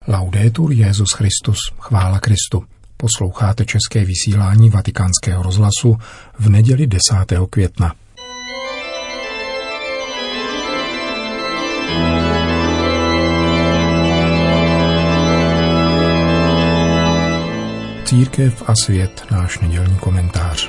Laudetur Jesus Christus, chvála Kristu. Posloucháte české vysílání Vatikánského rozhlasu v neděli 10. května. Církev a svět, náš nedělní komentář.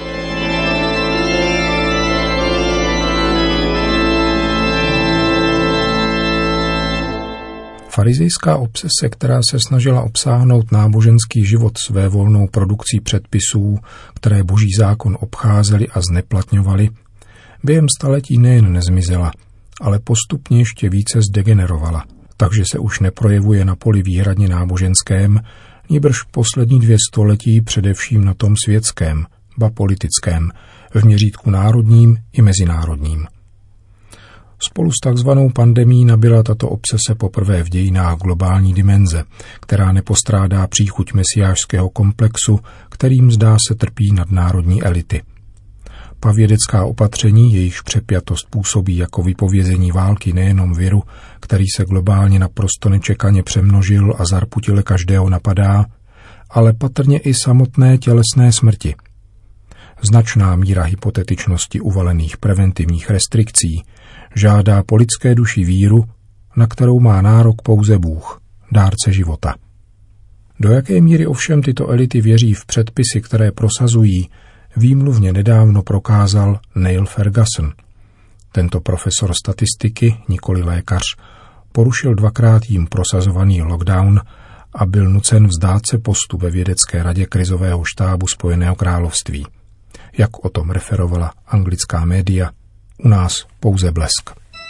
Farizejská obsese, která se snažila obsáhnout náboženský život svévolnou produkcí předpisů, které boží zákon obcházely a zneplatňovaly, během staletí nejen nezmizela, ale postupně ještě více zdegenerovala, takže se už neprojevuje na poli výhradně náboženském, nýbrž poslední 2 století především na tom světském, ba politickém, v měřítku národním i mezinárodním. Spolu s takzvanou pandemií nabyla tato obsese poprvé v dějinách globální dimenze, která nepostrádá příchuť mesiášského komplexu, kterým zdá se trpí nadnárodní elity. Pavědecká opatření, jejichž přepjatost působí jako vypovězení války nejenom viru, který se globálně naprosto nečekaně přemnožil a zarputile každého napadá, ale patrně i samotné tělesné smrti. Značná míra hypotetičnosti uvalených preventivních restrikcí žádá po lidské duši víru, na kterou má nárok pouze Bůh, dárce života. Do jaké míry ovšem tyto elity věří v předpisy, které prosazují, výmluvně nedávno prokázal Neil Ferguson. Tento profesor statistiky, nikoli lékař, porušil 2krát jím prosazovaný lockdown a byl nucen vzdát se postu ve vědecké radě krizového štábu Spojeného království. Jak o tom referovala anglická média, u nás pouze blesk.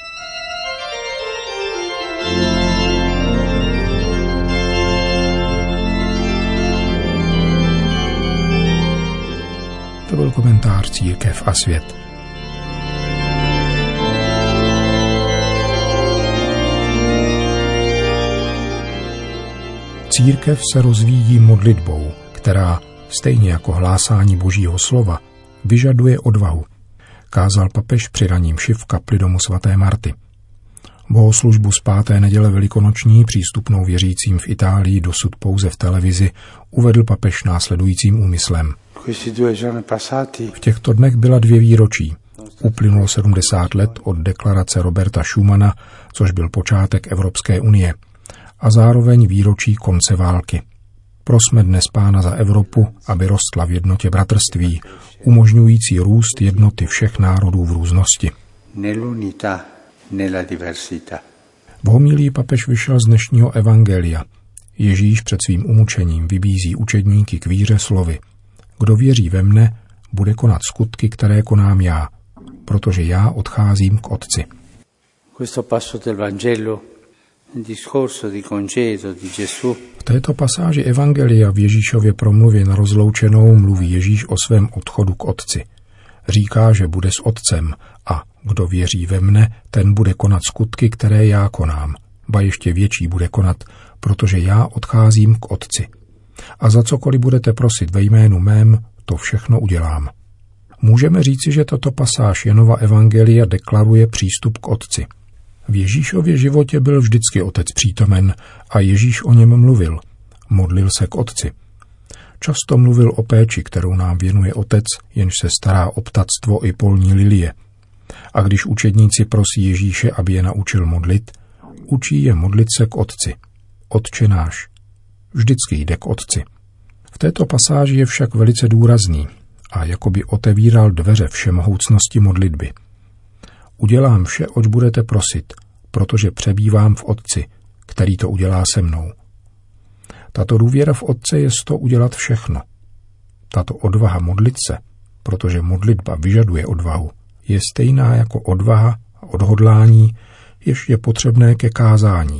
To byl komentář Církev a svět. Církev se rozvíjí modlitbou, která, stejně jako hlásání Božího slova, vyžaduje odvahu, kázal papež při raní mši v kapli domu svaté Marty. Bohoslužbu z 5. neděle velikonoční, přístupnou věřícím v Itálii dosud pouze v televizi, uvedl papež následujícím úmyslem. V těchto dnech byla 2 výročí. Uplynulo 70 let od deklarace Roberta Schumana, což byl počátek Evropské unie, a zároveň výročí konce války. Prosme dnes Pána za Evropu, aby rostla v jednotě bratrství, umožňující růst jednoty všech národů v různosti. V homilii papež vyšel z dnešního evangelia. Ježíš před svým umučením vybízí učedníky k víře slovy. Kdo věří ve mne, bude konat skutky, které konám já, protože já odcházím k Otci. V této pasáži evangelia v Ježíšově promluvě na rozloučenou mluví Ježíš o svém odchodu k Otci. Říká, že bude s Otcem a kdo věří ve mne, ten bude konat skutky, které já konám. Ba ještě větší bude konat, protože já odcházím k Otci. A za cokoliv budete prosit ve jménu mém, to všechno udělám. Můžeme říci, že tato pasáž Janova evangelia deklaruje přístup k Otci. V Ježíšově životě byl vždycky Otec přítomen a Ježíš o něm mluvil. Modlil se k Otci. Často mluvil o péči, kterou nám věnuje Otec, jenž se stará o ptactvo i polní lilie. A když učedníci prosí Ježíše, aby je naučil modlit, učí je modlit se k Otci. Otče náš. Vždycky jde k Otci. V této pasáži je však velice důrazný a jakoby otevíral dveře všemohoucnosti modlitby. Udělám vše, oč budete prosit, protože přebývám v Otci, který to udělá se mnou. Tato důvěra v Otce je to udělat všechno. Tato odvaha modlit se, protože modlitba vyžaduje odvahu, je stejná jako odvaha a odhodlání, jež je potřebné ke kázání.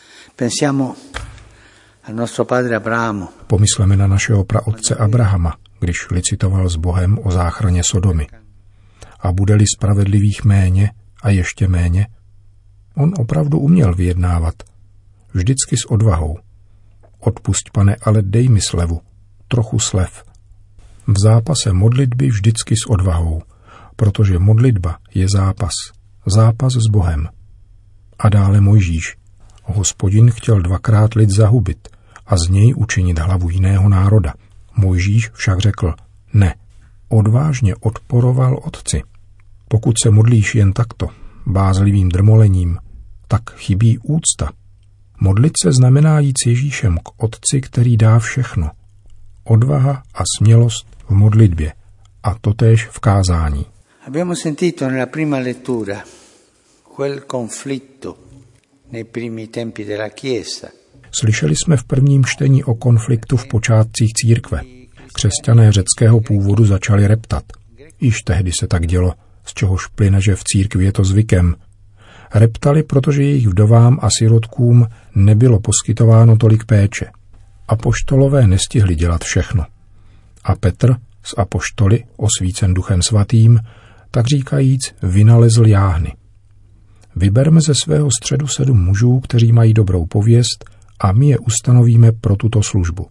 Pomysleme na našeho praotce Abrahama, když licitoval s Bohem o záchraně Sodomy. A bude-li spravedlivých méně a ještě méně? On opravdu uměl vyjednávat. Vždycky s odvahou. Odpusť, Pane, ale dej mi slevu. Trochu slev. V zápase modlitby vždycky s odvahou, protože modlitba je zápas. Zápas s Bohem. A dále Mojžíš. Hospodin chtěl 2krát lid zahubit a z něj učinit hlavu jiného národa. Mojžíš však řekl, ne, odvážně odporoval otci. Pokud se modlíš jen takto, bázlivým drmolením, tak chybí úcta. Modlit se znamená jít s Ježíšem k otci, který dá všechno. Odvaha a smělost v modlitbě a totéž v kázání. Abbiamo sentito nella prima lettura quel conflitto nei primi tempi della Chiesa. Slyšeli jsme v prvním čtení o konfliktu v počátcích církve. Křesťané řeckého původu začali reptat. Již tehdy se tak dělo, z čehož plyne, že v církvi je to zvykem. Reptali, protože jejich vdovám a sirotkům nebylo poskytováno tolik péče. Apoštolové nestihli dělat všechno. A Petr s apoštoly, osvícen Duchem Svatým, tak říkajíc, vynalezl jáhny. Vyberme ze svého středu 7 mužů, kteří mají dobrou pověst, a my je ustanovíme pro tuto službu.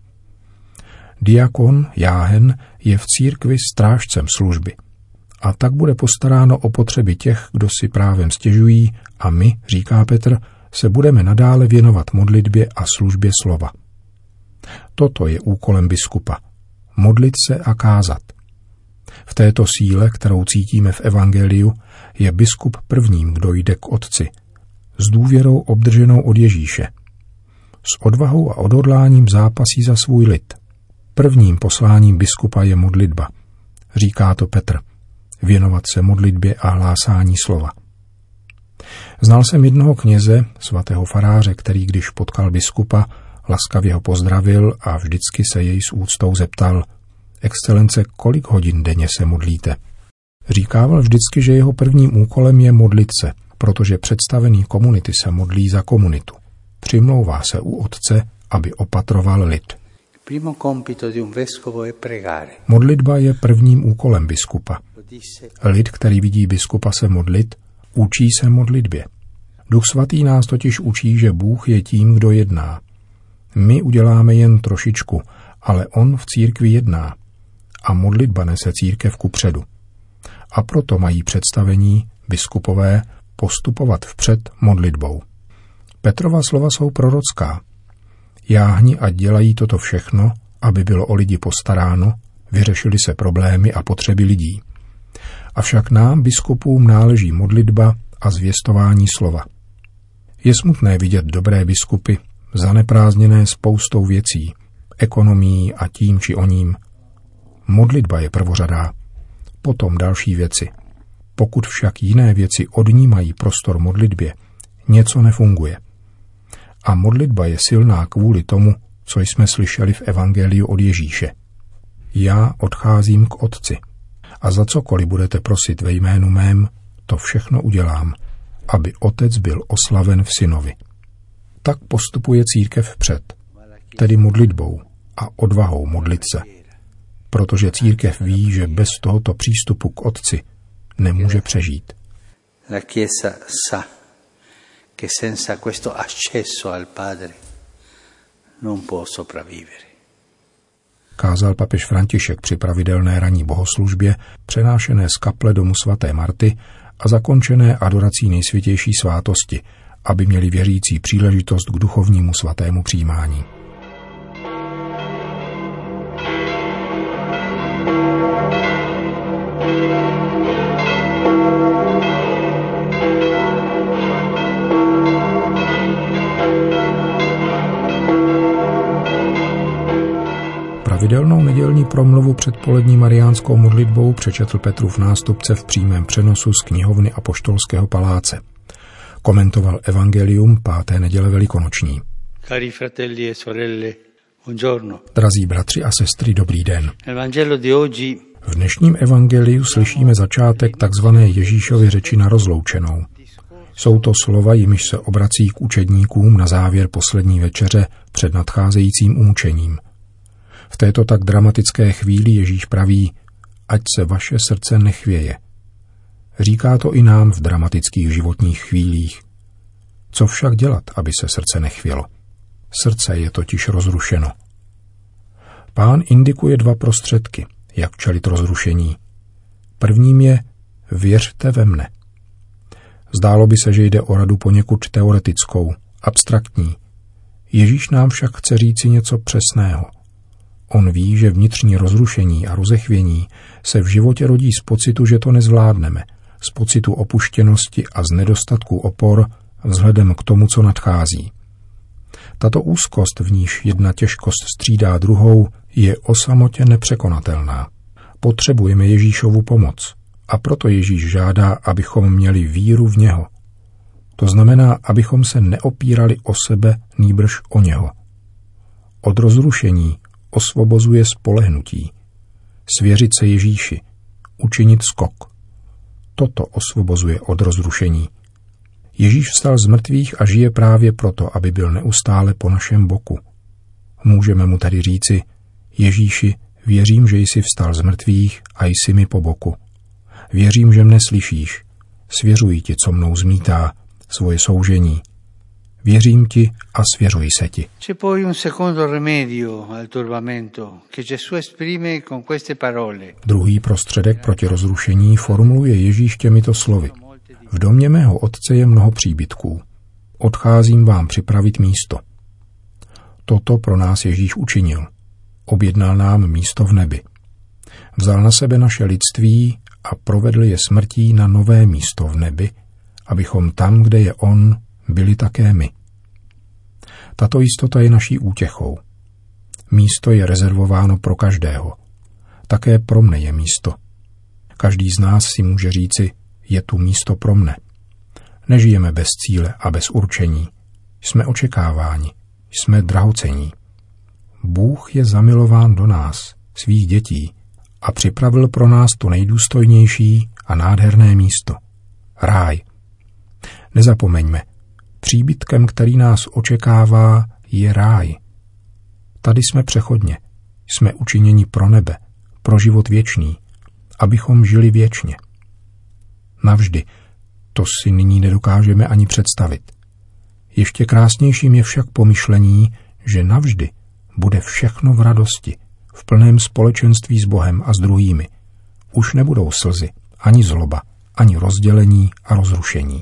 Diakon, jáhen, je v církvi strážcem služby. A tak bude postaráno o potřeby těch, kdo si právem stěžují, a my, říká Petr, se budeme nadále věnovat modlitbě a službě slova. Toto je úkolem biskupa. Modlit se a kázat. V této síle, kterou cítíme v evangeliu, je biskup prvním, kdo jde k otci, s důvěrou obdrženou od Ježíše. S odvahou a odhodláním zápasí za svůj lid. Prvním posláním biskupa je modlitba. Říká to Petr. Věnovat se modlitbě a hlásání slova. Znal jsem jednoho kněze, svatého faráře, který když potkal biskupa, laskavě ho pozdravil a vždycky se jej s úctou zeptal: Excelence, kolik hodin denně se modlíte? Říkával vždycky, že jeho prvním úkolem je modlit se, protože představený komunity se modlí za komunitu. Přimlouvá se u otce, aby opatroval lid. Modlitba je prvním úkolem biskupa. Lid, který vidí biskupa se modlit, učí se modlitbě. Duch Svatý nás totiž učí, že Bůh je tím, kdo jedná. My uděláme jen trošičku, ale on v církvi jedná. A modlitba nese církev kupředu. A proto mají představení biskupové postupovat vpřed modlitbou. Petrova slova jsou prorocká. Jáhni a dělají toto všechno, aby bylo o lidi postaráno, vyřešily se problémy a potřeby lidí. Avšak nám, biskupům, náleží modlitba a zvěstování slova. Je smutné vidět dobré biskupy, zaneprázdněné spoustou věcí, ekonomií a tím či oním. Modlitba je prvořadá, potom další věci. Pokud však jiné věci odnímají prostor modlitbě, něco nefunguje. A modlitba je silná kvůli tomu, co jsme slyšeli v evangeliu od Ježíše. Já odcházím k Otci a za cokoliv budete prosit ve jménu mém, to všechno udělám, aby Otec byl oslaven v Synovi. Tak postupuje církev vpřed, tedy modlitbou a odvahou modlit se, protože církev ví, že bez tohoto přístupu k Otci nemůže přežít. La Chiesa sa che senza questo accesso al Padre non può sopravvivere. Kázal papež František při pravidelné ranní bohoslužbě, přenášené z kaple domu svaté Marty a zakončené adorací nejsvětější svátosti, aby měli věřící příležitost k duchovnímu svatému přijímání. Pravidelnou nedělní promluvu před polední mariánskou modlitbou přečetl Petrův nástupce v přímém přenosu z knihovny Apoštolského paláce. Komentoval evangelium 5. neděle velikonoční. Cari fratelli e sorelle, buongiorno. Drazí bratři a sestry, dobrý den. Nel Vangelo di oggi v dnešním evangeliu slyšíme začátek takzvané Ježíšovy řeči na rozloučenou. Jsou to slova, jimiž se obrací k učedníkům na závěr poslední večeře před nadcházejícím umučením. V této tak dramatické chvíli Ježíš praví, ať se vaše srdce nechvěje. Říká to i nám v dramatických životních chvílích. Co však dělat, aby se srdce nechvělo? Srdce je totiž rozrušeno. Pán indikuje 2 prostředky, jak čelit rozrušení. Prvním je věřte ve mne. Zdálo by se, že jde o radu poněkud teoretickou abstraktní. Ježíš nám však chce říci něco přesného. On ví, že vnitřní rozrušení a rozechvění se v životě rodí z pocitu, že to nezvládneme, z pocitu opuštěnosti a z nedostatku opor vzhledem k tomu, co nadchází. Tato úzkost, v níž jedna těžkost střídá druhou, je o samotě nepřekonatelná. Potřebujeme Ježíšovu pomoc a proto Ježíš žádá, abychom měli víru v něho. To znamená, abychom se neopírali o sebe, nýbrž o něho. Od rozrušení osvobozuje spolehnutí. Svěřit se Ježíši, učinit skok. Toto osvobozuje od rozrušení. Ježíš vstal z mrtvých a žije právě proto, aby byl neustále po našem boku. Můžeme mu tedy říci: Ježíši, věřím, že jsi vstal z mrtvých a jsi mi po boku. Věřím, že mne slyšíš. Svěřuji ti, co mnou zmítá, svoje soužení. Věřím ti a svěřuji se ti. C'è poi un secondo remedio al turbamento che Gesù esprime con queste parole. Druhý prostředek proti rozrušení formuluje Ježíš těmito slovy. V domě mého otce je mnoho příbytků. Odcházím vám připravit místo. Toto pro nás Ježíš učinil. Objednal nám místo v nebi. Vzal na sebe naše lidství a provedl je smrtí na nové místo v nebi, abychom tam, kde je on, byli také my. Tato jistota je naší útěchou. Místo je rezervováno pro každého. Také pro mne je místo. Každý z nás si může říci: je tu místo pro mne. Nežijeme bez cíle a bez určení. Jsme očekáváni. Jsme drahocení. Bůh je zamilován do nás, svých dětí, a připravil pro nás to nejdůstojnější a nádherné místo. Ráj. Nezapomeňme, příbytkem, který nás očekává, je ráj. Tady jsme přechodně. Jsme učiněni pro nebe, pro život věčný, abychom žili věčně. Navždy. To si nyní nedokážeme ani představit. Ještě krásnějším je však pomyšlení, že navždy bude všechno v radosti, v plném společenství s Bohem a s druhými. Už nebudou slzy, ani zloba, ani rozdělení a rozrušení.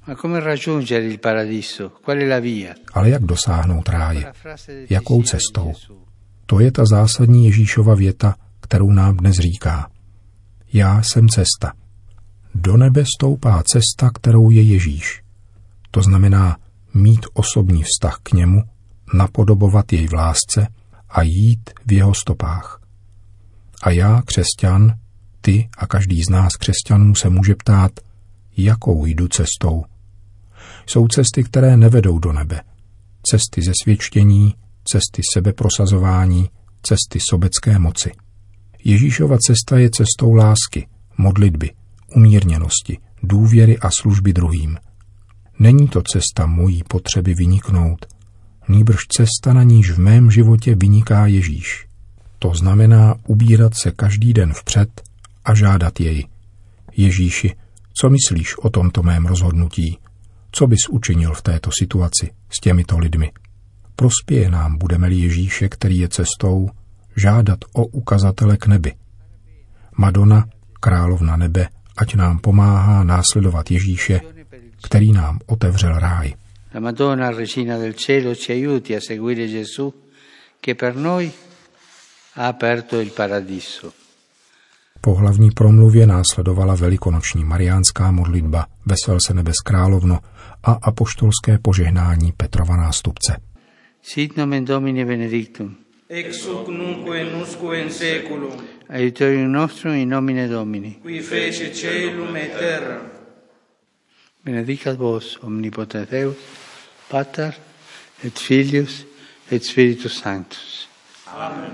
Ale jak dosáhnout ráje? Jakou cestou? To je ta zásadní Ježíšova věta, kterou nám dnes říká. Já jsem cesta. Do nebe stoupá cesta, kterou je Ježíš. To znamená mít osobní vztah k němu, napodobovat jej v lásce a jít v jeho stopách. A já, křesťan, ty a každý z nás křesťanů se může ptát, jakou jdu cestou. Jsou cesty, které nevedou do nebe. Cesty zesvědčení, cesty sebeprosazování, cesty sobecké moci. Ježíšova cesta je cestou lásky, modlitby, umírněnosti, důvěry a služby druhým. Není to cesta mojí potřeby vyniknout, nýbrž cesta, na níž v mém životě vyniká Ježíš. To znamená ubírat se každý den vpřed a žádat jej. Ježíši, co myslíš o tomto mém rozhodnutí? Co bys učinil v této situaci s těmito lidmi? Prospěje nám, budeme-li Ježíše, který je cestou, žádat o ukazatele k nebi. Madonna, královna nebe, ať nám pomáhá následovat Ježíše, který nám otevřel ráj. La Madonna, Regina del Cielo, ci aiuti a seguire Gesù, che per noi ha aperto il paradiso. Po hlavní promluvě následovala velikonoční mariánská modlitba Vesel se nebes královno a apoštolské požehnání Petrova nástupce. Sit nomen Domini benedictum. Ex hoc nunc et usque in saeculum. Aiuterium nostrum in nomine Domini. Qui fece caelum et terra. Benedicat vos omnipotens Deus, Pater et Filius et Spiritus Sanctus. Amen.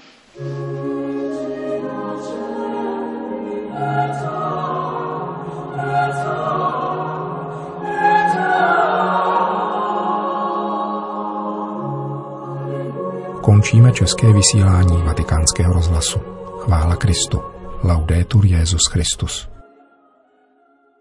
Končíme české vysílání Vatikánského rozhlasu. Chvála Kristu. Laudetur Jesus Christus.